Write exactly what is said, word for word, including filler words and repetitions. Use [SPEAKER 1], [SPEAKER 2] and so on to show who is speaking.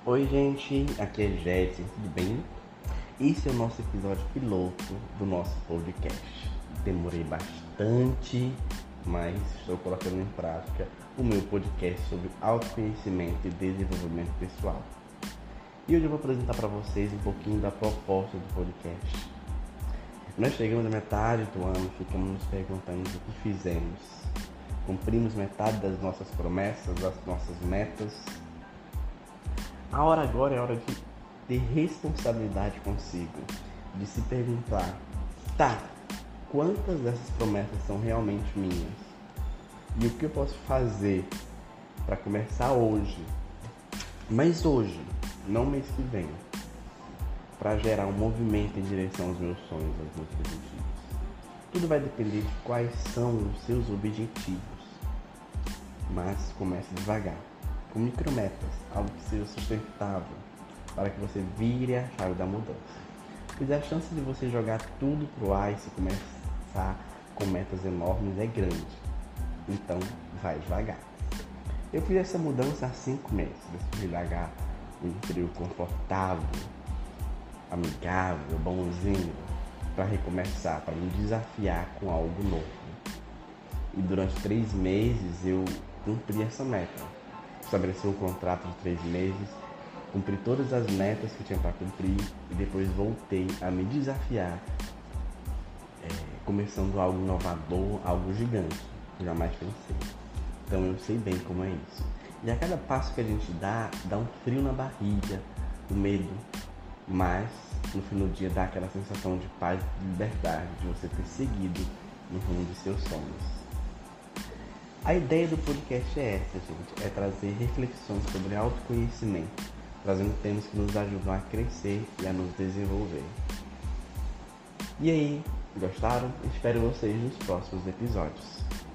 [SPEAKER 1] Oi gente, aqui é Jetson, tudo bem? Esse é o nosso episódio piloto do nosso podcast. Demorei bastante, mas estou colocando em prática o meu podcast sobre autoconhecimento e desenvolvimento pessoal. E hoje eu vou apresentar para vocês um pouquinho da proposta do podcast. Nós chegamos à metade do ano e ficamos nos perguntando o que fizemos. Cumprimos metade das nossas promessas, das nossas metas. A hora agora é hora de ter responsabilidade consigo, de se perguntar, tá, quantas dessas promessas são realmente minhas? E o que eu posso fazer para começar hoje, mas hoje, não mês que vem, para gerar um movimento em direção aos meus sonhos, aos meus objetivos? Tudo vai depender de quais são os seus objetivos, mas comece devagar, com micrometas, algo que seja sustentável, para que você vire a chave da mudança. Pois a chance de você jogar tudo pro ar e se começar com metas enormes é grande. Então, vai devagar. Eu fiz essa mudança há cinco meses. Decidi largar um emprego confortável, amigável, bonzinho, para recomeçar, para me desafiar com algo novo. E durante três meses eu cumpri essa meta. Estabeleci um contrato de três meses, cumpri todas as metas que eu tinha para cumprir e depois voltei a me desafiar, é, começando algo inovador, algo gigante, que jamais pensei. Então eu sei bem como é isso. E a cada passo que a gente dá, dá um frio na barriga, um medo, mas no fim do dia dá aquela sensação de paz e de liberdade, de você ter seguido no rumo de seus sonhos. A ideia do podcast é essa, gente, é trazer reflexões sobre autoconhecimento, trazendo temas que nos ajudam a crescer e a nos desenvolver. E aí, gostaram? Espero vocês nos próximos episódios.